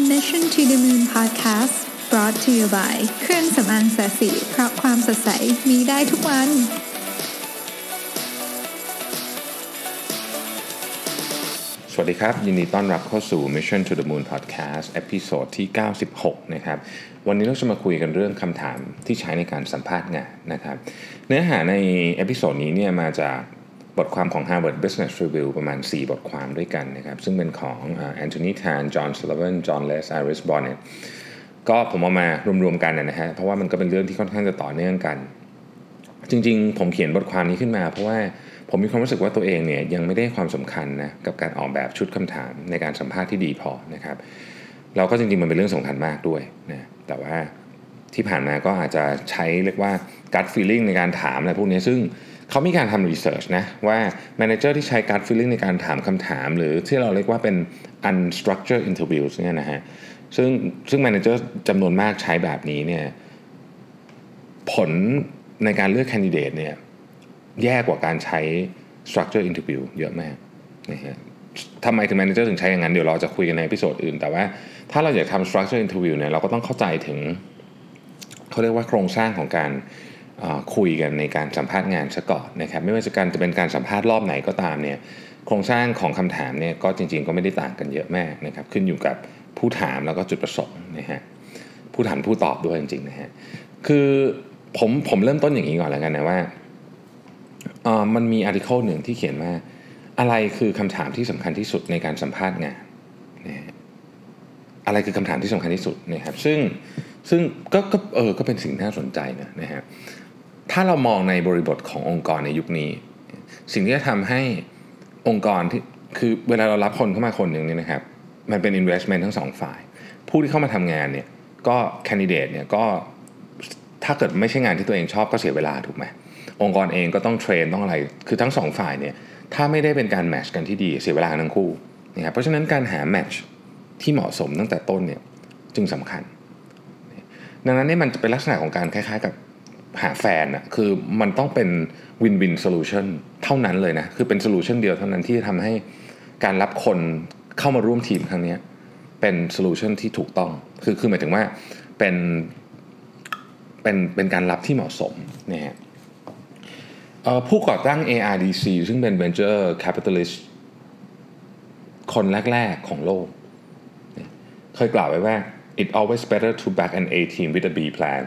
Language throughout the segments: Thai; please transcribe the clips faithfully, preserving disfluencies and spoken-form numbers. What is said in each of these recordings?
Mission to the Moon Podcast brought to you by เครื่องสำอางแสสีเพราะความสดใสมีได้ทุกวันสวัสดีครับยินดีต้อนรับเข้าสู่ Mission to the Moon Podcast เอพิโซดที่เก้าสิบหกนะครับวันนี้เราจะมาคุยกันเรื่องคำถามที่ใช้ในการสัมภาษณ์งานนะครับเนื้อหาในเอพิโซดนี้เนี่ยมาจากบทความของ Harvard Business Review ประมาณสี่บทความด้วยกันนะครับซึ่งเป็นของแอนโทนี แทน จอห์น ซัลลิวัน จอห์น เลส ไอริส บอนเน็ตก็ผมเอามารวมๆกันนะฮะเพราะว่ามันก็เป็นเรื่องที่ค่อนข้างจะต่อเนื่องกันจริงๆผมเขียนบทความนี้ขึ้นมาเพราะว่าผมมีความรู้สึกว่าตัวเองเนี่ยยังไม่ได้ความสำคัญนะกับการออกแบบชุดคำถามในการสัมภาษณ์ที่ดีพอนะครับแล้วก็จริงๆมันเป็นเรื่องสำคัญมากด้วยนะแต่ว่าที่ผ่านมาก็อาจจะใช้เรียกว่า gut feeling ในการถามอะไรพวกนี้ซึ่งเขามีการทำ research นะว่า manager ที่ใช้ gut feeling ในการถามคำถามหรือที่เราเรียกว่าเป็น unstructured interviews เนี่ยนะฮะซึ่งซึ่ง manager จำนวนมากใช้แบบนี้เนี่ยผลในการเลือก candidate เนี่ยแย่กว่าการใช้ structure interview เยอะมากนะฮะทำไมถึง manager ถึงใช้อย่างนั้นเดี๋ยวเราจะคุยกันในเอพิโซดอื่นแต่ว่าถ้าเราอยากทำ structure interview เนี่ยเราก็ต้องเข้าใจถึงเขาเรียกว่าโครงสร้างของการคุยกันในการสัมภาษณ์งานซะก่อนนะครับไม่ว่าจะการจะเป็นการสัมภาษณ์รอบไหนก็ตามเนี่ยโครงสร้างของคำถามเนี่ยก็จริงๆก็ไม่ได้ต่างกันเยอะมากนะครับขึ้นอยู่กับผู้ถามแล้วก็จุดประสงค์นะฮะผู้ถามผู้ตอบด้วยจริงๆนะฮะคือผมผมเริ่มต้นอย่างนี้ก่อนแล้วกันนะว่าเอ่อมันมีอาร์ติเคิลหนึ่งที่เขียนว่าอะไรคือคำถามที่สำคัญที่สุดในการสัมภาษณ์งานนะฮะอะไรคือคำถามที่สำคัญที่สุดนะครับซึ่งซึ่งก็ก็เออก็เป็นสิ่งน่าสนใจนะนะฮะถ้าเรามองในบริบทขององค์กรในยุคนี้สิ่งที่จะทำให้องค์กรที่คือเวลาเรารับคนเข้ามาคนหนึ่งเนี่ยนะครับมันเป็น investment ทั้งสองฝ่ายผู้ที่เข้ามาทำงานเนี่ยก็ candidate เนี่ยก็ถ้าเกิดไม่ใช่งานที่ตัวเองชอบก็เสียเวลาถูกไหมองค์กรเองก็ต้องเทรนต้องอะไรคือทั้งสองฝ่ายเนี่ยถ้าไม่ได้เป็นการแมทช์กันที่ดีเสียเวลาทั้งคู่นะครับเพราะฉะนั้นการหาแมทช์ที่เหมาะสมตั้งแต่ต้นเนี่ยจึงสำคัญดังนั้นนี่มันจะเป็นลักษณะของการคล้ายๆกับหาแฟนนะคือมันต้องเป็น win-win solution เท่านั้นเลยนะคือเป็น solution เดียวเท่านั้นที่จะทำให้การรับคนเข้ามาร่วมทีมครั้งนี้เป็น solution ที่ถูกต้องคือคือหมายถึงว่าเป็นเป็นเป็นการรับที่เหมาะสมนะฮะผู้ก่อตั้ง เอ อาร์ ดี ซี ซึ่งเป็น venture capitalist คนแรกๆของโลกเคยกล่าวไว้ว่าIt's always better to back an A team with a B plan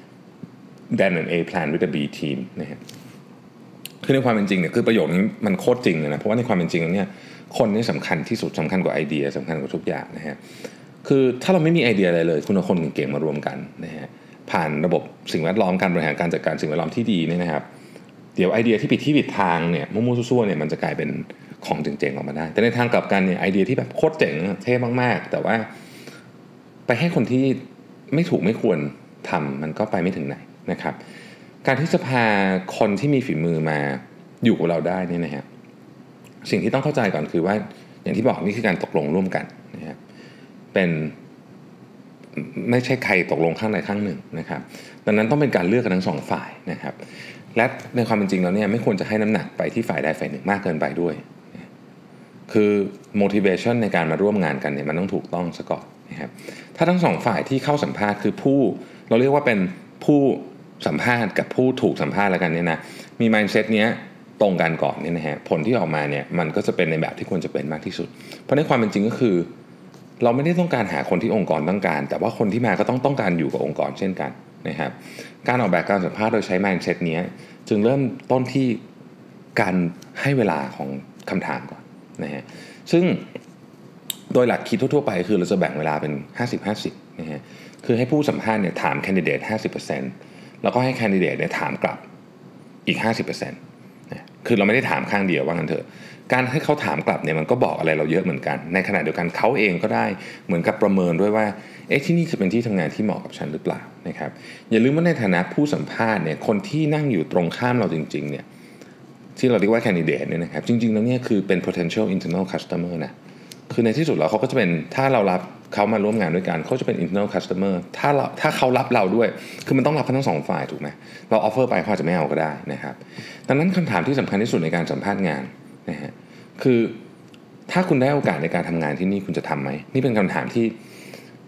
than an A plan with a B team นะฮะคือในความเป็นจริงเนี่ยคือประโยคนี้มันโคตรจริงเลยนะเพราะว่าในความเป็นจริงแล้วเนี่ยคนนี่สำคัญที่สุดสำคัญกว่าไอเดียสำคัญกว่าทุกอย่างนะฮะคือถ้าเราไม่มีไอเดียอะไรเลยคุณเอาคนเก่งๆมารวมกันนะฮะผ่านระบบสิ่งแวดล้อมการบริหารการจัดการสิ่งแวดล้อมที่ดีเนี่ยนะครับเดี๋ยวไอเดียที่ผิดที่ผิดทางเนี่ยมั่วๆซั่วๆเนี่ยมันจะกลายเป็นของเจ๋งๆออกมาได้แต่ในทางกลับกันเนี่ยไอเดียที่แบบโคตรเจ๋งเท่มากๆแต่ว่าไปให้คนที่ไม่ถูกไม่ควรทำมันก็ไปไม่ถึงไหนนะครับการที่จะพาคนที่มีฝีมือมาอยู่กับเราได้นี่นะฮะสิ่งที่ต้องเข้าใจก่อนคือว่าอย่างที่บอกนี่คือการตกลงร่วมกันนะครับเป็นไม่ใช่ใครตกลงข้างใดข้างหนึ่งนะครับดังนั้นต้องเป็นการเลือกกันทั้งสองฝ่ายนะครับและในความเป็นจริงแล้วเนี่ยไม่ควรจะให้น้ำหนักไปที่ฝ่ายใดฝ่ายหนึ่งมากเกินไปด้วยคือ motivation ในการมาร่วมงานกันเนี่ยมันต้องถูกต้องซะก่อนนะครับถ้าทั้งสองฝ่ายที่เข้าสัมภาษณ์คือผู้เราเรียกว่าเป็นผู้สัมภาษณ์กับผู้ถูกสัมภาษณ์แล้วกันเนี่ยนะมี mindset เนี้ยตรงกันก่อนเนี่ยนะฮะผลที่ออกมาเนี่ยมันก็จะเป็นในแบบที่ควรจะเป็นมากที่สุดเพราะในความเป็นจริงก็คือเราไม่ได้ต้องการหาคนที่องค์กรต้องการแต่ว่าคนที่มาก็ต้องต้องการอยู่กับองค์กรเช่นกันนะครับการออกแบบการสัมภาษณ์โดยใช้ mindset เนี้ยจึงเริ่มต้นที่การให้เวลาของคำถามก่อนนะฮะซึ่งโดยหลักคิดทั่วๆไปคือเราจะแบ่งเวลาเป็น ห้าสิบ ห้าสิบ นะฮะคือให้ผู้สัมภาษณ์เนี่ยถามแคนดิเดต ห้าสิบเปอร์เซ็นต์ แล้วก็ให้แคนดิเดตเนี่ยถามกลับอีก ห้าสิบเปอร์เซ็นต์ นะคือเราไม่ได้ถามข้างเดียวว่างั้นเถอะการให้เขาถามกลับเนี่ยมันก็บอกอะไรเราเยอะเหมือนกันในขณะเดียวกันเขาเองก็ได้เหมือนกับประเมินด้วยว่าเอ๊ะที่นี่จะเป็นที่ทำงานที่เหมาะกับฉันหรือเปล่านะครับอย่าลืมว่าในฐานะผู้สัมภาษณ์เนี่ยคนที่นั่งอยู่ตรงข้ามเราจริงๆเนี่ยที่เราเรียกว่าแคนดิเดตเนี่ยนะครับจริงๆแล้วเนี่ยคือเป็น potential internal customer นะคือในที่สุดแล้วเขาก็จะเป็นถ้าเรารับเขามาร่วมงานด้วยกันเขาจะเป็น internal customer ถ้าเราถ้าเขารับเราด้วยคือมันต้องรับทั้งสองฝ่ายถูกไหมเรา offer ไปเขาอาจจะไม่เอาก็ได้นะครับดังนั้นคำถามที่สำคัญที่สุดในการสัมภาษณ์งานนะฮะคือถ้าคุณได้โอกาสในการทำงานที่นี่คุณจะทำไหมนี่เป็นคำถามที่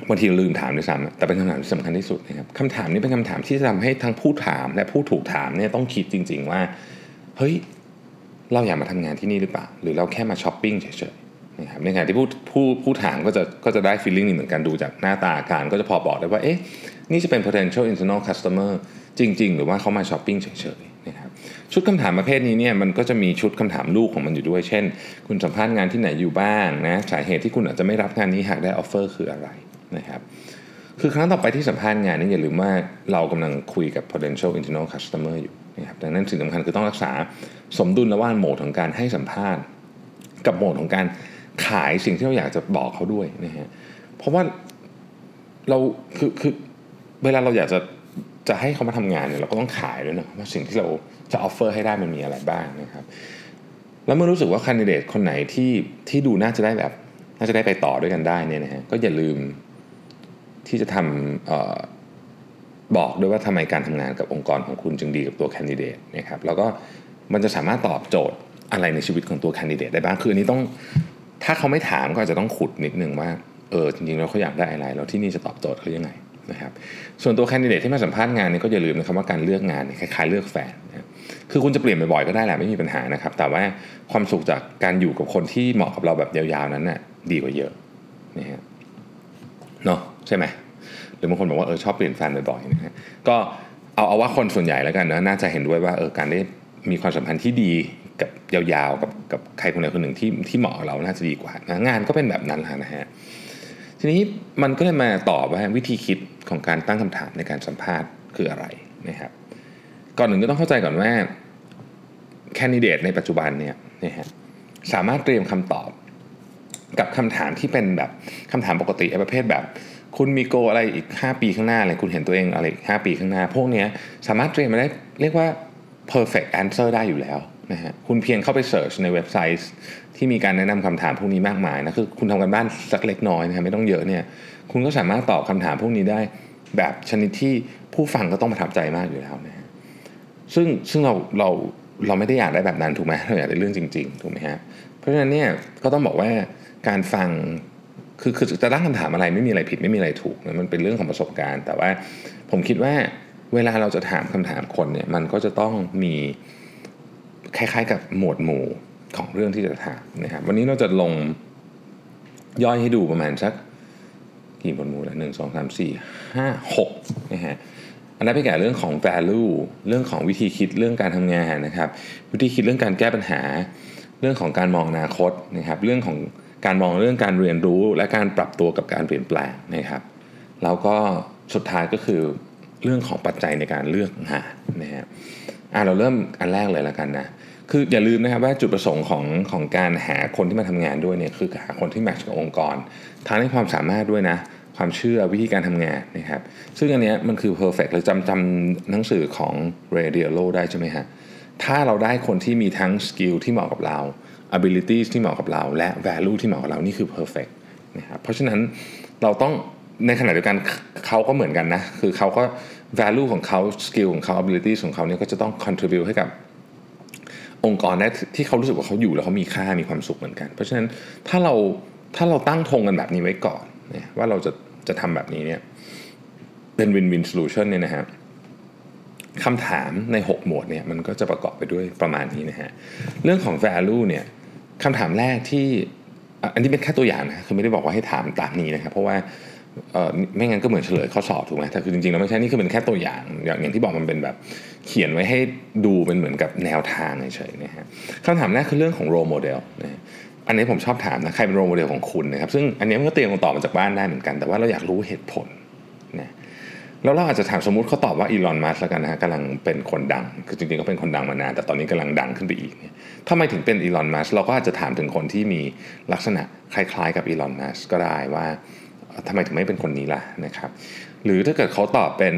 บางทีลืมถามด้วยซ้ำแต่เป็นคำถามที่สำคัญที่สุดนะครับคำถามนี้เป็นคำถามที่จะทำให้ทั้งผู้ถามและผู้ถูกถามเนี่ยต้องคิดจริงๆว่าเฮ้ยเราอยากมาทำงานที่นี่หรือเปล่าหรือเราแค่มาช้อปปิ้งเฉยๆนะครับในขณะที่ผู้ผู้ผู้ถามก็จะก็จะได้ feeling นี้เหมือนกันดูจากหน้าตาการก็จะพอบอกได้ว่าเอ๊ะนี่จะเป็น potential internal customer จริงๆหรือว่าเขามาช้อปปิ้งเฉยๆนะครับชุดคำถามประเภทนี้เนี่ยมันก็จะมีชุดคำถามลูกของมันอยู่ด้วยเช่นคุณสัมภาษณ์งานที่ไหนอยู่บ้างนะสาเหตุที่คุณอาจจะไม่รับงานนี้หากได้ offer คืออะไรนะครับคือครั้งต่อไปที่สัมภาษณ์งานนี่อย่าลืมว่าเรากำลังคุยกับ potential internal customer อยู่นะครับดังนั้นสิ่งสำคัญคือต้องรักษาสมดุลระหว่างโหมดของการให้สัมภาษณ์กับโหมดของการขายสิ่งที่เราอยากจะบอกเขาด้วยนะฮะเพราะว่าเราคือคือเวลาเราอยากจะจะให้เขามาทำงานเนี่ยเราก็ต้องขายด้วยนะว่าสิ่งที่เราจะ offer ให้ได้มันมีอะไรบ้างนะครับแล้วเมื่อรู้สึกว่า candidate คนไหนที่ที่ดูน่าจะได้แบบน่าจะได้ไปต่อด้วยกันได้เนี่ยนะฮะก็อย่าลืมที่จะทำเอ่อบอกด้วยว่าทำไมการทำงานกับองค์กรของคุณจึงดีกับตัว candidate นะครับแล้วก็มันจะสามารถตอบโจทย์อะไรในชีวิตของตัว candidate ได้บ้างคืออันนี้ต้องถ้าเขาไม่ถามก็อาจจะต้องขุดนิดนึงว่าเออจริงๆแล้วเขาอยากได้อะไรแล้วที่นี่จะตอบโจทย์เขายังไงนะครับส่วนตัว candidate ที่มาสัมภาษณ์งานนี่ก็อย่าลืมนะครับว่าการเลือกงานคล้ายๆเลือกแฟนนะคือคุณจะเปลี่ยนบ่อยๆก็ได้แหละไม่มีปัญหานะครับแต่ว่าความสุขจากการอยู่กับคนที่เหมาะกับเราแบบยาวๆนั้นน่ะดีกว่าเยอะนะฮะเนาะใช่ไหมหรือบางคนบอกว่าเออชอบเปลี่ยนแฟนบ่อยๆนะฮะก็เอาเอาว่าคนส่วนใหญ่แล้วกันนะน่าจะเห็นด้วยว่าเออการได้มีความสัมพันธ์ที่ดีกับยาวๆกับกับใครคนใดคนหนึ่งที่ที่เหมาะกับเราน่าจะดีกว่านะงานก็เป็นแบบนั้นแหละนะฮะทีนี้มันก็เลยมาตอบว่าวิธีคิดของการตั้งคำถามในการสัมภาษณ์คืออะไรนะครับก่อนหนึ่งก็ต้องเข้าใจก่อนว่าแคนดิเดตในปัจจุบันเนี่ยนะฮะสามารถเตรียมคำตอบกับคำถามที่เป็นแบบคำถามปกติประเภทแบบคุณมีโกอะไรอีกห้าปีข้างหน้าอะไรคุณเห็นตัวเองอะไรอีกห้าปีข้างหน้าพวกนี้สามารถเตรียมมาได้เรียกว่า perfect answer ได้อยู่แล้วนะฮะคุณเพียงเข้าไป search ในเว็บไซต์ที่มีการแนะนำคำถามพวกนี้มากมายนะคือคุณทำกันบ้านสักเล็กน้อยนะฮะไม่ต้องเยอะเนี่ยคุณก็สามารถตอบคำถามพวกนี้ได้แบบชนิดที่ผู้ฟังก็ต้องประทับใจมากอยู่แล้วนะฮะซึ่งซึ่งเราเราเราไม่ได้อยากได้แบบนั้นถูกไหมเราอยากได้เรื่องจริงๆถูกไหมฮะเพราะฉะนั้นเนี่ยก็ต้องบอกว่าการฟังคือคือจะตั้งคำถามอะไรไม่มีอะไรผิดไม่มีอะไรถูกนะมันเป็นเรื่องของประสบการณ์แต่ว่าผมคิดว่าเวลาเราจะถามคำถามคนเนี่ยมันก็จะต้องมีคล้ายๆกับหมวดหมู่ของเรื่องที่จะถามนะครับวันนี้เราจะลงย่อยให้ดูประมาณสักกี่หมวดหมู่ละหนึ่งสองสามสี่ห้าหกนะฮะอันนั้นเป็นแก่เรื่องของ value เรื่องของวิธีคิดเรื่องการทำงานนะครับวิธีคิดเรื่องการแก้ปัญหาเรื่องของการมองอนาคตนะครับเรื่องของการมองเรื่องการเรียนรู้และการปรับตัวกับการเปลี่ยนแปลงนะครับแล้วก็สุดท้ายก็คือเรื่องของปัจจัยในการเลือกงานนะฮะอ่ะเราเริ่มอันแรกเลยแล้วกันนะคืออย่าลืมนะครับว่าจุดประสงค์ของของการหาคนที่มาทำงานด้วยเนี่ยคือหาคนที่แมทช์กับองค์กรทั้งในความสามารถด้วยนะความเชื่อวิธีการทำงานนะครับซึ่งอันนี้มันคือ perfect เราจำจำหนังสือของ Ray Dalio ได้ใช่ไหมฮะถ้าเราได้คนที่มีทั้งสกิลที่เหมาะกับเรา abilities ที่เหมาะกับเราและ value ที่เหมาะกับเรานี่คือ perfect นะครับเพราะฉะนั้นเราต้องในขณะเดียวกันเขาก็เหมือนกันนะคือเขาก็ value ของเขา skill ของเขา abilities ของเขาเนี่ยก็จะต้อง contribute ให้กับองค์กรได้ที่เขารู้สึกว่าเขาอยู่แล้วเขามีค่ามีความสุขเหมือนกันเพราะฉะนั้นถ้าเราถ้าเราตั้งธงกันแบบนี้ไว้ก่อนเนี่ยว่าเราจะจะทำแบบนี้เนี่ยเป็น win-win solution เนี่ยนะฮะคำถามในหกหมวดเนี่ยมันก็จะประกอบไปด้วยประมาณนี้นะฮะเรื่องของ value เนี่ยคำถามแรกที่อันนี้เป็นแค่ตัวอย่างนะคือไม่ได้บอกว่าให้ถามตามนี้นะครับเพราะว่าเอ่อไม่งั้นก็เหมือนเฉลยข้อสอบถูกไหมแต่คือจริงๆแล้วไม่ใช่นี่คือเป็นแค่ตัวอย่างอย่างอย่างที่บอกมันเป็นแบบเขียนไว้ให้ดูเป็นเหมือนกับแนวทางเฉยๆนะฮะคำถามแรกคือเรื่องของ role model นะอันนี้ผมชอบถามนะใครเป็น role model ของคุณนะครับซึ่งอันนี้มันก็เตรียมคำตอบมาจากบ้านได้เหมือนกันแต่ว่าเราอยากรู้เหตุผลนะแล้วเราอาจจะถามสมมุติเขาตอบว่าอีลอนมัสก์แล้วกันนะฮะกำลังเป็นคนดังคือจริงๆก็เป็นคนดังมานานแต่ตอนนี้กำลังดังขึ้นไปอีกทำไมถึงเป็นอีลอนมัสก์เราก็อาจจะถามถึงคนที่มีลักษณะคล้ายๆกับอีลอนมัสก์ก็ได้ว่าทำไมถึงไม่เป็นคนนี้ล่ะนะครับหรือถ้าเกิดเขาตอบเป็น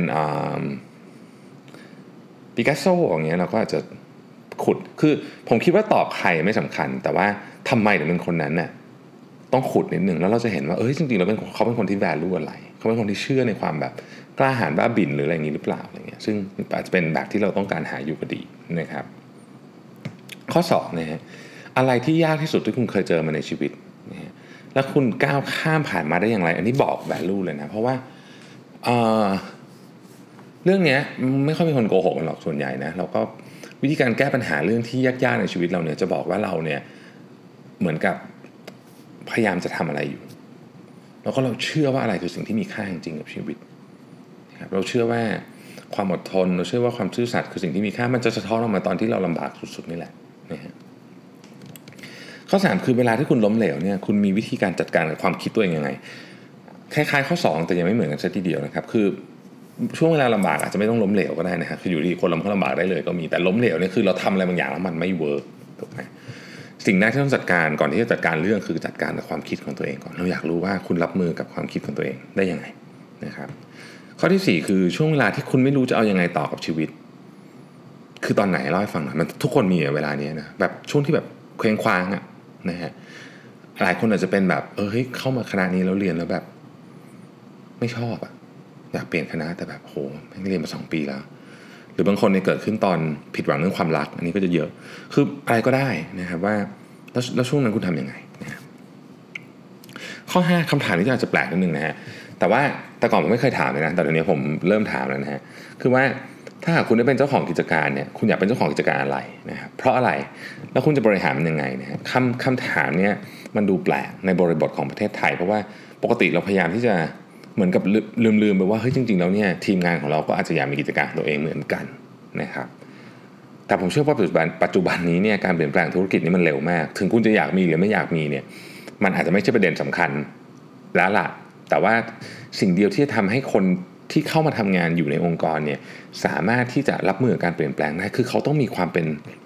ปิกัสโซอย่างเงี้ยเราก็อาจจะขุดคือผมคิดว่าตอบใครไม่สำคัญแต่ว่าทำไมถึงเป็นคนนั้นเนี่ยต้องขุดนิดนึงแล้วเราจะเห็นว่าเอ้ยจริงๆแล้วเป็นเขาเป็นคนที่ value อะไรเขาเป็นคนที่เชื่อในความแบบกล้าหาญบ้าบิ่นหรืออะไรอย่างนี้หรือเปล่าอะไรเงี้ยซึ่งอาจจะเป็นแบบที่เราต้องการหาอยู่ก็ดีนะครับข้อสองนะฮะอะไรที่ยากที่สุดที่คุณเคยเจอมาในชีวิตนะฮะแล้วคุณก้าวข้ามผ่านมาได้อย่างไรอันนี้บอก value เลยนะเพราะว่าเอ่อเรื่องนี้ไม่ค่อยมีคนโกหกกันหรอกส่วนใหญ่นะเราก็วิธีการแก้ปัญหาเรื่องที่ยากๆในชีวิตเราเนี่ยจะบอกว่าเราเนี่ยเหมือนกับพยายามจะทำอะไรอยู่แล้วก็เราเชื่อว่าอะไรคือสิ่งที่มีค่าจริงๆกับชีวิตนะครับเราเชื่อว่าความอดทนเราเชื่อว่าความซื่อสัตย์คือสิ่งที่มีค่ามันจะสะท้อนออกมาตอนที่เราลำบากสุดๆนี่แหละนะฮะข้อสามคือเวลาที่คุณล้มเหลวเนี่ยคุณมีวิธีการจัดการกับความคิดตัวเองยังไงคล้ายๆข้อสองแต่ยังไม่เหมือนกันซะทีเดียวนะครับคือช่วงเวลาลำบากอาจจะไม่ต้องล้มเหลวก็ได้นะฮะคืออยู่ดีคนล้มเขาลำบากได้เลยก็มีแต่ล้มเหลวเนี่ยคือเราทำอะไรบางอย่างแล้วมันไม่เวิร์กถูกไหมสิ่งแรกที่ต้องจัดการก่อนที่จะจัดการเรื่องคือจัดการกับความคิดของตัวเองก่อนเราอยากรู้ว่าคุณรับมือกับความคิดของตัวเองได้ยังไงนะครับข้อที่สี่คือช่วงเวลาที่คุณไม่รู้จะเอายังไงต่อกับชีวิตคือตอนไหนเล่าให้ฟังหน่อยมันทุกคนมีเวลานี้นะแบบช่วงที่แบบเคว้งคว้างอะนะฮะหลายคนอาจจะเป็นแบบเออเฮ้ยเข้ามาคณะนี้แล้วเรียนแล้วแบบไม่ชอบอะอยากเปลี่ยนคณะแต่แบบโหไม่เรียนมาสองปีแล้วหรือบางคนเนี่ยเกิดขึ้นตอนผิดหวังเรื่องความรักอันนี้ก็จะเยอะคืออะไรก็ได้นะครับว่าแล้วแล้วช่วงนั้นคุณทำยังไงนะครับข้อห้าคำถามนี้อาจจะแปลกนิดนึงนะฮะแต่ว่าแต่ก่อนผมไม่เคยถามเลยนะแต่เดี๋ยวนี้ผมเริ่มถามแล้วนะฮะคือว่าถ้าหากคุณได้เป็นเจ้าของกิจการเนี่ยคุณอยากเป็นเจ้าของกิจการอะไรนะครับเพราะอะไรแล้วคุณจะบริหารมันยังไงนะฮะคำคำถามเนี่ยมันดูแปลกในบริบทของประเทศไทยเพราะว่าปกติเราพยายามที่จะเหมือนกับลืมๆไปว่าเฮ้ยจริงๆแล้วเนี่ยทีมงานของเราก็อาจจะอยากมีกิจการตัวเองเหมือนกันนะครับแต่ผมเชื่อว่าปัจจุบันปัจจุบันนี้เนี่ยการเปลี่ยนแปลงธุรกิจนี่มันเร็วมากถึงคุณจะอยากมีหรือไม่อยากมีเนี่ยมันอาจจะไม่ใช่ประเด็นสำคัญแล้วล่ะแต่ว่าสิ่งเดียวที่จะทำให้คนที่เข้ามาทำงานอยู่ในองค์กรเนี่ยสามารถที่จะรับมือกับการเปลี่ยนแปลงได้คือเขาต้องมีความเป็น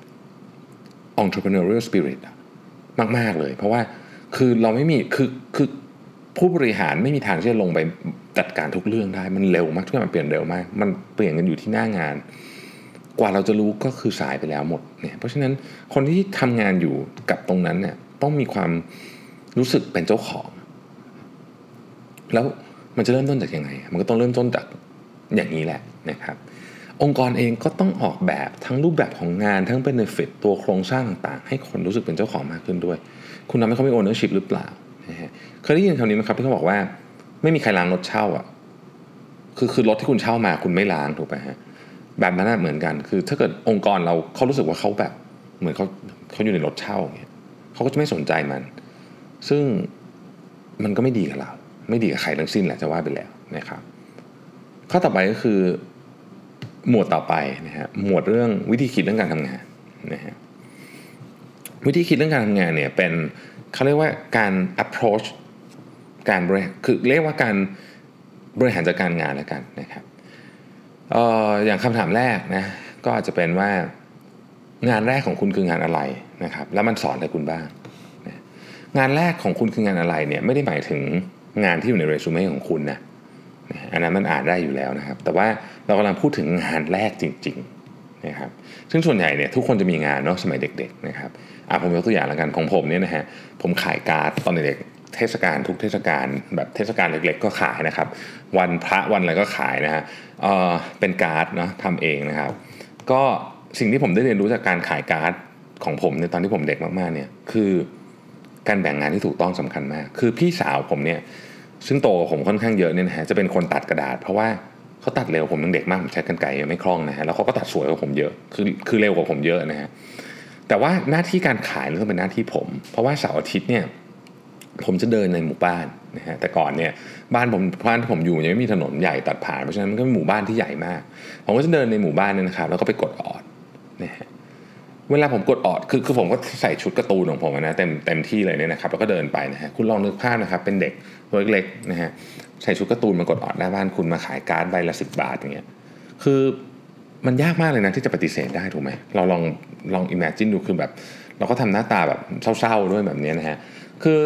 entrepreneurial spirit มากๆเลยเพราะว่าคือเราไม่มีคือคือผู้บริหารไม่มีทางที่จะลงไปจัดการทุกเรื่องได้มันเร็วมากทุกอย่างมันเปลี่ยนเร็วมากมันเปลี่ยนกันอยู่ที่หน้างานกว่าเราจะรู้ก็คือสายไปแล้วหมดเนี่ยเพราะฉะนั้นคนที่ทำงานอยู่กับตรงนั้นเนี่ยต้องมีความรู้สึกเป็นเจ้าของแล้วมันจะเริ่มต้นจากยังไงมันก็ต้องเริ่มต้นจากอย่างนี้แหละนะครับองค์กรเองก็ต้องออกแบบทั้งรูปแบบของงานทั้ง benefit ตัวโครงสร้างต่างๆให้คนรู้สึกเป็นเจ้าของมากขึ้นด้วยคุณทำให้เขามี ownership หรือเปล่านะฮะเคยได้ยินคำนี้ไหมครับที่เขาบอกว่าไม่มีใครล้างรถเช่าอ่ะคือคือรถที่คุณเช่ามาคุณไม่ล้างถูกไหมฮะแบบนั้นเหมือนกันคือถ้าเกิดองค์กรเราเขารู้สึกว่าเขาแบบเหมือนเขาเขาอยู่ในรถเช่าอย่างเงี้ยเขาก็จะไม่สนใจมันซึ่งมันก็ไม่ดีกับเราไม่ดีกับใครทั้งสิ้นแหละจะว่าไปแล้วนะครับข้อต่อไปก็คือหมวดต่อไปนะฮะหมวดเรื่องวิธีคิดเรื่องการทำงานนะฮะวิธีคิดเรื่องการทำงานเนี่ยเป็นเขาเรียกว่าการ approach การบริหารคือเรียกว่าการบริหารจัดการงานแล้วกันนะครับเอ่ออย่างคำถามแรกนะก็อาจจะเป็นว่างานแรกของคุณคืองานอะไรนะครับแล้วมันสอนอะไรคุณบ้างนะงานแรกของคุณคืองานอะไรเนี่ยไม่ได้หมายถึงงานที่อยู่ในเรซูเม่ของคุณนะอันนั้นมันอ่านได้อยู่แล้วนะครับแต่ว่าเรากำลังพูดถึงงานแรกจริงๆนะครับซึ่งส่วนใหญ่เนี่ยทุกคนจะมีงานเนาะสมัยเด็กๆนะครับอ่ะผมยกตัวอย่างแล้วกันของผมเนี่ยนะฮะผมขายการ์ดตอนเด็กเทศกาลทุกเทศกาลแบบเทศกาลเล็กๆก็ขายนะครับวันพระวันอะไรก็ขายนะฮะเอ่อเป็นการ์ดเนาะทำเองนะครับก็สิ่งที่ผมได้เรียนรู้จากการขายการ์ดของผมในตอนที่ผมเด็กมากๆเนี่ยคือการแบ่งงานที่ถูกต้องสำคัญมากคือพี่สาวผมเนี่ยซึ่งโตกว่าผมค่อนข้างเยอะเนี่ยนะฮะจะเป็นคนตัดกระดาษเพราะว่าเขาตัดเร็วผมยังเด็กมากผมใช้กรรไกรไม่คล่องนะฮะแล้วเขาก็ตัดสวยกว่าผมเยอะคือคือเร็วกว่าผมเยอะนะฮะแต่ว่าหน้าที่การขายต้องเป็นหน้าที่ผมเพราะว่าเสาร์อาทิตย์เนี่ยผมจะเดินในหมู่บ้านนะฮะแต่ก่อนเนี่ยบ้านผมบ้านที่ผมอยู่ยังไม่มีถนนใหญ่ตัดผ่านเพราะฉะนั้นมันก็เป็นหมู่บ้านที่ใหญ่มากผมก็จะเดินในหมู่บ้านเนี่ยนะครับแล้วก็ไปกดออดนะฮะเวลาผมกดออดคือคือผมก็ใส่ชุดการ์ตูนของผมนะเต็มเต็มที่เลยเนี่ยนะครับแล้วก็เดินไปนะฮะคุณลองนึกภาพนะครับเป็นเด็กตัวเล็กๆนะฮะใส่ชุดการ์ตูนมากดออดหน้าบ้านคุณมาขายการ์ดใบละสิบบาทอย่างเงี้ยคือมันยากมากเลยนะที่จะปฏิเสธได้ถูกไหมเราลองลอง imagine ดูคือแบบเราก็ทำหน้าตาแบบเศร้าๆด้วยแบบนี้นะฮะคือ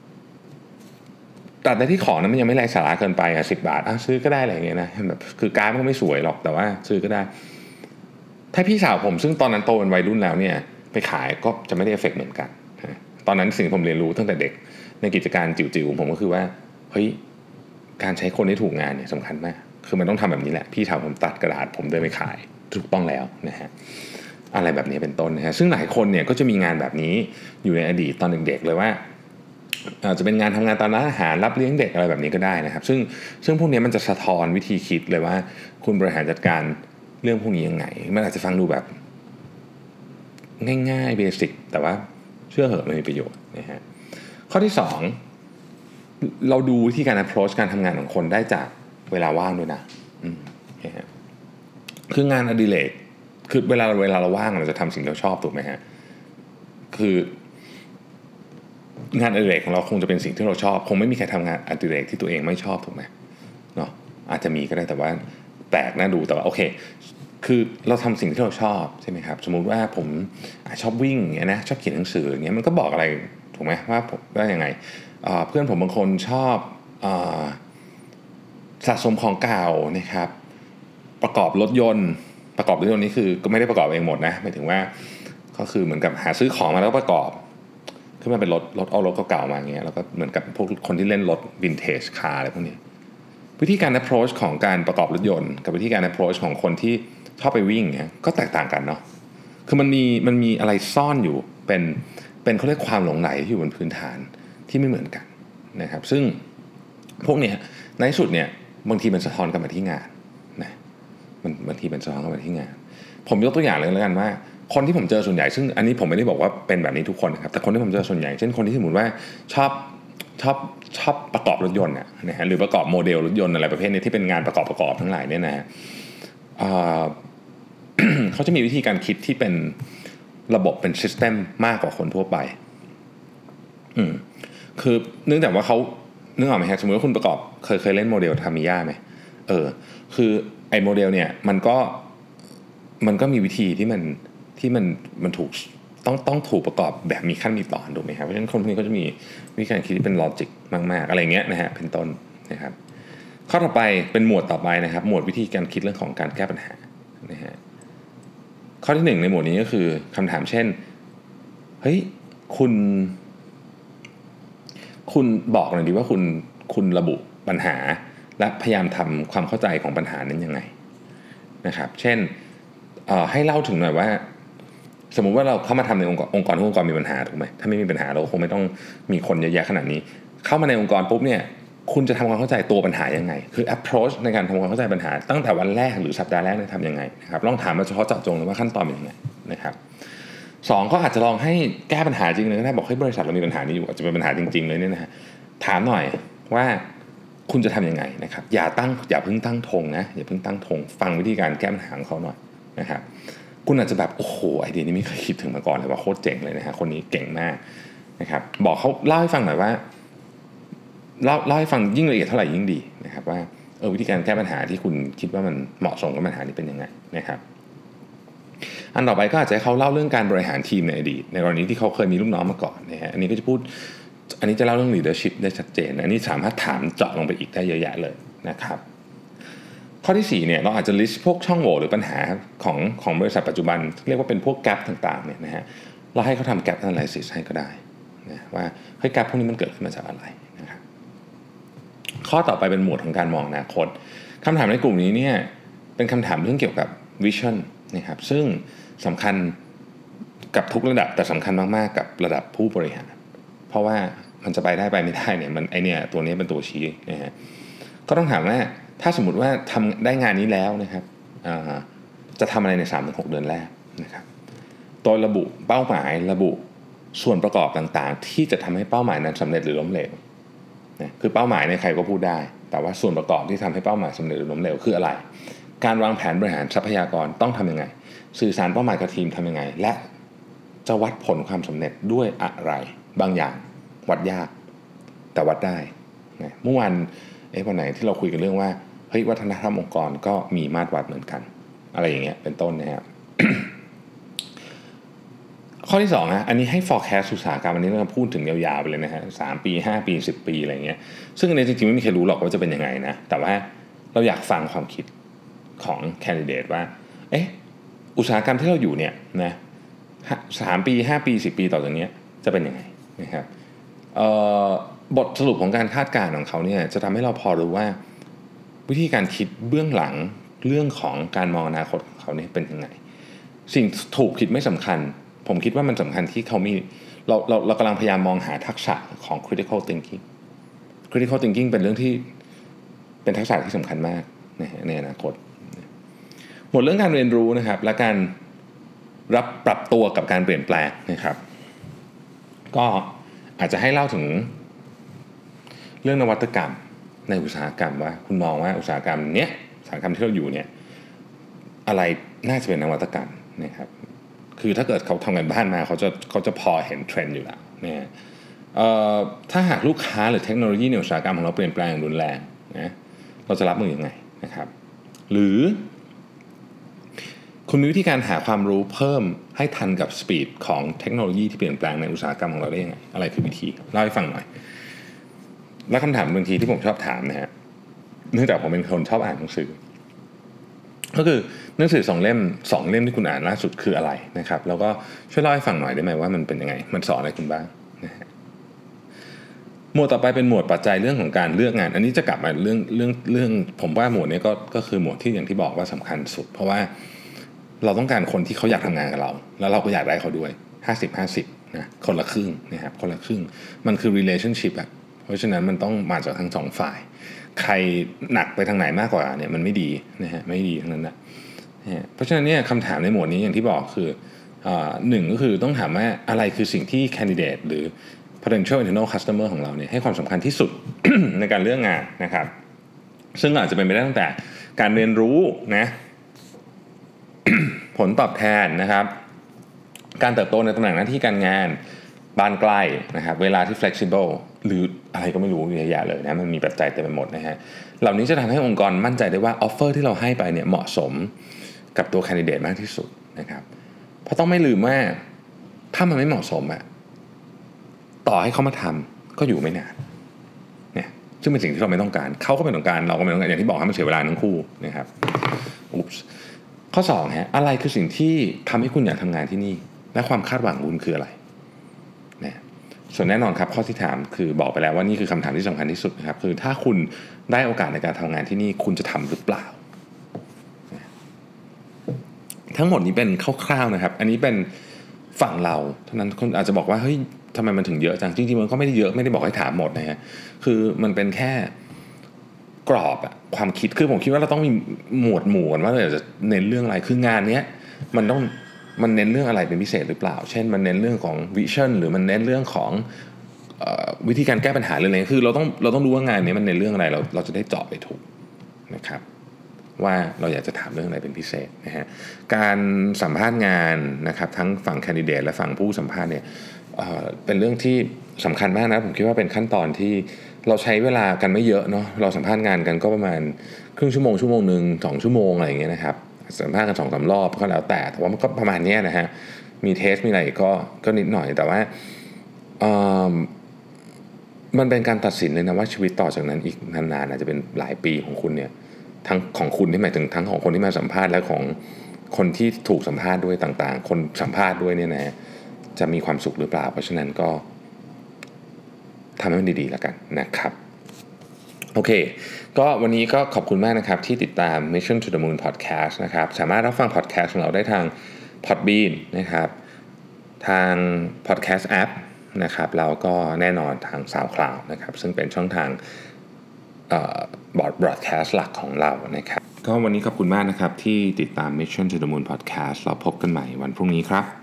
ตัดในที่ของนั้นมันยังไม่ไร้สาระเกินไปอ่ะสิบบาทอ่ะซื้อก็ได้อะไรอย่างเงี้ยนะแบบคือการ์ดมันก็ไม่สวยหรอกแต่ว่าซื้อก็ได้ถ้าพี่สาวผมซึ่งตอนนั้นโตเป็นวัยรุ่นแล้วเนี่ยไปขายก็จะไม่ได้เอฟเฟกต์เหมือนกันตอนนั้นสิ่งที่ผมเรียนรู้ตั้งแต่เด็กในกิจการจิ๋วๆของผมก็คือว่าเฮ้ยการใช้คนให้ถูกงานเนี่ยสำคัญมากคือมันต้องทำแบบนี้แหละพี่สาวผมตัดกระดาษผมเดินไปขายถูกต้องแล้วนะฮะอะไรแบบนี้เป็นต้นนะฮะซึ่งหลายคนเนี่ยก็จะมีงานแบบนี้อยู่ในอดีตตอนเด็กๆเลยว่าอาจจะเป็นงานทำงานตามร้านอาหารรับเลี้ยงเด็กอะไรแบบนี้ก็ได้นะครับซึ่งซึ่งพวกนี้มันจะสะท้อนวิธีคิดเลยว่าคุณบริหารจัดการเรื่องพวกนี้ยังไงมันอาจจะฟังดูแบบง่ายๆเบสิกแต่ว่าเชื่อเหอะมันมีประโยชน์นะฮะข้อที่สองเราดูวิธีการ approach การทำงานของคนได้จากเวลาว่างด้วยนะอืมนะฮะคืองานอดิเรกคือเวลาเวลาเราว่างเราจะทำสิ่งที่เราชอบถูกไหมฮะคืองานอดิเรกของเราคงจะเป็นสิ่งที่เราชอบคงไม่มีใครทำงานอดิเรกที่ตัวเองไม่ชอบถูกไหมเนาะอาจจะมีก็ได้แต่ว่าแปลกน่าดูแต่ว่าโอเคคือเราทำสิ่งที่เราชอบใช่ไหมครับสมมุติว่าผมชอบวิ่งอย่างเงี้ยนะชอบเขียนหนังสืออย่างเงี้ยมันก็บอกอะไรถูกไหมว่าผมว่ายังไงเพื่อนผมบางคนชอบสะสมของเก่านะครับประกอบรถยนต์ประกอบรถยนต์นี่คือก็ไม่ได้ประกอบเองหมดนะหมายถึงว่าก็คือเหมือนกับหาซื้อของมาแล้วก็ประกอบขึ้นมาเป็นรถรถเอารถเก่าๆมาอย่างเงี้ยแล้วก็เหมือนกับพวกคนที่เล่นรถวินเทจคาร์อะไรพวกนี้วิธีการ approach ของการประกอบรถยนต์กับวิธีการ approach ของคนที่ชอบไปวิ่งเนี่ยก็แตกต่างกันเนาะคือมันมีมันมีอะไรซ่อนอยู่เป็นเป็นเขาเรียกความหลงใหลที่อยู่บนพื้นฐานที่ไม่เหมือนกันนะครับซึ่งพวกเนี้ยในที่สุดเนี่ยบางทีมันสะท้อนกลับมาที่งานนะมันบางทีมันสะท้อนกลับมาที่งานผมยกตัวอย่างเลยแล้วกันว่าคนที่ผมเจอส่วนใหญ่ซึ่งอันนี้ผมไม่ได้บอกว่าเป็นแบบนี้ทุกคนนะครับแต่คนที่ผมเจอส่วนใหญ่เช่นคนที่สมมติว่าชอบชอบชอบประกอบรถยนต์นะฮะหรือประกอบโมเดลรถยนต์อะไรประเภทนี้ที่เป็นงานประกอบประกอบทั้งหลายเนี่ยนะฮะเขาจะมีวิธีการคิดที่เป็นระบบเป็นซิสเต็มมากกว่าคนทั่วไปอืมคือเนื่องจากว่าเขานึกออกไหมฮะสมมติว่าคุณประกอบเคยเคยเล่นโมเดลทามิยาไหมเออคือไอ้โมเดลเนี่ยมันก็มันก็มีวิธีที่มันที่มันมันถูกต้องต้องถูกประกอบแบบมีขั้นมีตอนถูกไหมครับเพราะฉะนั้นคนพวกนี้ก็จะมีวิธีการคิดที่เป็นลอจิกมากๆอะไรเงี้ยนะฮะเป็นต้นนะครับข้อต่อไปเป็นหมวดต่อไปนะครับหมวดวิธีการคิดเรื่องของการแก้ปัญหานะฮะข้อที่หนึ่งในหมวดนี้ก็คือคำถามเช่นเฮ้ยคุณคุณบอกหน่อยดีว่าคุณคุณระบุปัญหาและพยายามทำความเข้าใจของปัญหานั้นยังไงนะครับเช่นให้เล่าถึงหน่อยว่าสมมุติว่าเราเข้ามาทำในองค์กรองค์กรที่องค์กรมีปัญหาถูกไหมถ้าไม่มีปัญหาเราคงไม่ต้องมีคนเยอะแยะขนาดนี้เข้ามาในองค์กรปุ๊บเนี่ยคุณจะทำความเข้าใจตัวปัญหายังไงคือ approach ในการทำความเข้าใจปัญหาตั้งแต่วันแรกหรือสัปดาห์แรกเนี่ยทำยังไงนะครับลองถามมาเฉพาะเจาะจงเลยว่าขั้นตอนเป็นยังไงนะครับสองก็อาจจะลองให้แก้ปัญหาจริงเลยก็ได้บอกให้บริษัทเรามีปัญหานี้อยู่อาจจะเป็นปัญหาจริงๆเลยเนี่ยนะฮะถามหน่อยว่าคุณจะทำยังไงนะครับอย่าตั้งอย่าเพิ่งตั้งธงนะอย่าเพิ่งตั้งธงฟังวิธีการแก้ปัญหาของเขาหน่อยนะครับคุณอาจจะแบบโอ้โหไอเดียนี้ไม่เคยคิดถึงมาก่อนเลยว่าโคตรเจ๋งเลยนะฮะคนนี้เก่งมากนะครับบอกเขาเล่าให้ฟังหน่อยว่าเล่าเล่าให้ฟังยิ่งละเอียดเท่าไหร่ยิ่งดีนะครับว่าเออวิธีการแก้ปัญหาที่คุณคิดว่ามันเหมาะสมกับปัญหานี้เป็นยังไงนะครับอันต่อไปก็อาจจะให้เขาเล่าเรื่องการบริหารทีมในอดีตในกรณีที่เขาเคยมีลูกน้องมาก่อนนะฮะอันนี้ก็จะพูดอันนี้จะเล่าเรื่อง leadership ได้ชัดเจนอันนี้สามารถถามเจาะลงไปอีกได้เยอะแยะเลยนะครับข้อที่สี่เนี่ยเราอาจจะ list พวกช่องโหว่หรือปัญหาของของบริษัทปัจจุบันเรียกว่าเป็นพวก gap ต่างๆเนี่ยนะฮะเราให้เขาทำ gap analysis ให้ก็ได้นะว่าเฮ้ย gap พวกนี้มันเกิดขึ้นมาจากอะไรนะครับข้อต่อไปเป็นหมวดของการมองอนาคตคำถามในกลุ่มนี้เนี่ยเป็นคำถามเรื่องเกี่ยวกับ vision นะครับซึ่งสำคัญกับทุกระดับแต่สำคัญมากๆกับระดับผู้บริหารเพราะว่ามันจะไปได้ไปไม่ได้เนี่ยมันไอเนี่ยตัวนี้เป็นตัวชี้นะฮะก็ต้องถามว่าถ้าสมมุติว่าทำได้งานนี้แล้วนะครับจะทำอะไรใน สามถึงหก เดือนแรกนะครับโดยระบุเป้าหมายระบุส่วนประกอบต่างๆที่จะทำให้เป้าหมายนั้นสำเร็จหรือล้มเหลวนะคือเป้าหมายในใครก็พูดได้แต่ว่าส่วนประกอบที่ทำให้เป้าหมายสำเร็จหรือล้มเหลวคืออะไรการวางแผนบริหารทรัพยากรต้องทำยังไงสื่อสารเป้าหมายกับทีมทำยังไงและจะวัดผลความสำเร็จด้วยอะไรบางอย่างวัดยากแต่วัดได้นะเมื่อวานเอ๊ะวันไหนที่เราคุยกันเรื่องว่าเฮ้ยวัฒนธรรมองค์กรก็มีมาตรวัดเหมือนกันอะไรอย่างเงี้ยเป็นต้นนะครับ ข้อที่สองนะอันนี้ให้ forecast อุตสาหกรรมอันนี้เราพูดถึงยาวๆไปเลยนะฮะสามปีห้าปีสิบปีอะไรเงี้ยซึ่งอันนี้จริงๆไม่มีใครรู้หรอกว่าจะเป็นยังไงนะแต่ว่าเราอยากฟังความคิดของ candidate ว่าเอ๊ะอุตสาหกรรมที่เราอยู่เนี่ยนะสามปีห้าปีสิบปีต่อจากนี้จะเป็นยังไงนะครับบทสรุปของการคาดการณ์ของเขาเนี่ยจะทำให้เราพอรู้ว่าวิธีการคิดเบื้องหลังเรื่องของการมองอนาคตของเขาเนี่ยเป็นยังไงสิ่งถูกผิดไม่สำคัญผมคิดว่ามันสำคัญที่เขามีเราเราเรากำลังพยายามมองหาทักษะของ critical thinking critical thinking เป็นเรื่องที่เป็นทักษะที่สำคัญมากในอนาคตหมดเรื่องการเรียนรู้นะครับและการรับปรับตัวกับการเปลี่ยนแปลงนะครับก็อาจจะให้เล่าถึงเรื่องนวัตกรรมในอุตสาหกรรมว่าคุณมองว่าอุตสาหกรรมเนี้ยอุตสาหกรรมที่เราอยู่เนี่ยอะไรน่าจะเป็นนวัตกรรมนะครับคือถ้าเกิดเขาทำงานบ้านมาเขาจะเขาจะพอเห็นเทรนด์อยู่แล้วนะถ้าหากลูกค้าหรือเทคโนโลยีในอุตสาหกรรมของเราเปลี่ยนแปลงรุนแรงนะเราจะรับมือยังไงนะครับหรือคุณมีวิธีการหาความรู้เพิ่มให้ทันกับสปีดของเทคโนโลยีที่เปลี่ยนแปลงในอุตสาหกรรมของเราได้ยังไงอะไรคือวิธีเล่าให้ฟังหน่อยและคำถามบางทีที่ผมชอบถามนะฮะเนื่องจากผมเป็นคนชอบอ่านหนังสือก็คือหนังสือสองเล่มสองเล่มที่คุณอ่านล่าสุดคืออะไรนะครับแล้วก็ช่วยเล่าให้ฟังหน่อยได้ไหมว่ามันเป็นยังไงมันสอนอะไรคุณบ้างนะฮะหมวดต่อไปเป็นหมวดปัจจัยเรื่องของการเลือกงานอันนี้จะกลับมาเรื่องเรื่องเรื่องผมว่าหมวดนี้ก็ก็คือหมวดที่อย่างที่บอกว่าสำคัญสุดเพราะว่าเราต้องการคนที่เขาอยากทำงานกับเราแล้วเราก็อยากได้เขาด้วยห้าสิบ ห้าสิบนะคนละครึ่งนะครับคนละครึ่งมันคือ relationship อ่ะเพราะฉะนั้นมันต้องมาจากทั้งสองฝ่ายใครหนักไปทางไหนมากกว่าเนี่ยมันไม่ดีนะฮะไม่ดีทั้งนั้นนะเพราะฉะนั้นเนี่ยคำถามในหมวดนี้อย่างที่บอกคืออ่าหนึ่งก็คือต้องถามว่าอะไรคือสิ่งที่ candidate หรือ potential internal customer ของเราเนี่ยให้ความสำคัญที่สุด ในการเลือกงานนะครับซึ่งอาจจะเป็นไปได้ตั้งแต่การเรียนรู้นะ ผลตอบแทนนะครับการเติบโตในตำแหน่งหน้าที่การงานบ้านใกล้นะครับเวลาที่ flexible หรืออะไรก็ไม่รู้เยอะแยะเลยนะมันมีปัจจัยเต็มไปหมดนะฮะเหล่านี้จะทำให้องค์กรมั่นใจได้ว่าออฟเฟอร์ที่เราให้ไปเนี่ยเหมาะสมกับตัวแคนดิเดตมากที่สุดนะครับเพราะต้องไม่ลืมว่าถ้ามันไม่เหมาะสมอะต่อให้เขามาทำก็อยู่ไม่นานเนี่ยซึ่งเป็นสิ่งที่เราไม่ต้องการเขาก็ไม่ต้องการเราก็ไม่ต้องการอย่างที่บอกให้มันเสียเวลาทั้งคู่นะครับอุ๊บข้อสองฮะอะไรคือสิ่งที่ทำให้คุณอยากทำงานที่นี่และความคาดหวังของคุณคืออะไรนะส่วนแน่นอนครับข้อที่ถามคือบอกไปแล้วว่านี่คือคำถามที่สำคัญที่สุดนะครับคือถ้าคุณได้โอกาสในการทำงานที่นี่คุณจะทำหรือเปล่านะทั้งหมดนี้เป็นคร่าวๆนะครับอันนี้เป็นฝั่งเราเท่านั้นคนอาจจะบอกว่าเฮ้ยทำไมมันถึงเยอะจังจริงๆมันก็ไม่ได้เยอะไม่ได้บอกให้ถามหมดนะฮะคือมันเป็นแค่กรอบอะความคิดคือผมคิดว่าเราต้องมีหมวดหมู่กันว่าเราจะเน้นเรื่องอะไรคืองานเนี้ยมันต้องมันเน้นเรื่องอะไรเป็นพิเศษหรือเปล่าเช่นมันเน้นเรื่องของวิชั่นหรือมันเน้นเรื่องของเอ่อวิธีการแก้ปัญหาเรื่องอะไรคือเราต้องเราต้องรู้ว่างานนี้มันเน้นเรื่องอะไรเราเราจะได้เจาะไปถูกนะครับว่าเราอยากจะถามเรื่องอะไรเป็นพิเศษนะฮะการสัมภาษณ์งานนะครับทั้งฝั่งแคนดิเดตและฝั่งผู้สัมภาษณ์เนี่ยเอ่อเป็นเรื่องที่สำคัญมากนะผมคิดว่าเป็นขั้นตอนที่เราใช้เวลากันไม่เยอะเนาะเราสัมภาษณ์งานกันก็ประมาณครึ่งชั่วโมงชั่วโมงนึงสองชั่วโมงอะไรอย่างเงี้ยนะครับสัมภาษณ์กัน สองถึงสาม รอบก็แล้วแต่แต่ว่ามันก็ประมาณนี้นะฮะมีเทสมีอะไรก็ก็นิดหน่อยแต่ว่ามันเป็นการตัดสินเลยนะว่าชีวิตต่อจากนั้นอีกนานๆอาจจะเป็นหลายปีของคุณเนี่ยทั้งของคุณที่หมายถึงทั้งของคนที่มาสัมภาษณ์และของคนที่ถูกสัมภาษณ์ด้วยต่างๆคนสัมภาษณ์ด้วยเนี่ยนะจะมีความสุขหรือเปล่าเพราะฉะนั้นก็ทำให้มันดีๆแล้วกันนะครับโอเคก็วันนี้ก็ขอบคุณมากนะครับที่ติดตาม Mission to the Moon Podcast นะครับสามารถรับฟัง podcast ของเราได้ทาง Podbean นะครับทาง podcast app นะครับแล้วก็แน่นอนทาง SoundCloud นะครับซึ่งเป็นช่องทางเอ่อบอร์ด broadcast หลักของเรานะครับก็วันนี้ขอบคุณมากนะครับที่ติดตาม Mission to the Moon Podcast เราพบกันใหม่วันพรุ่งนี้ครับ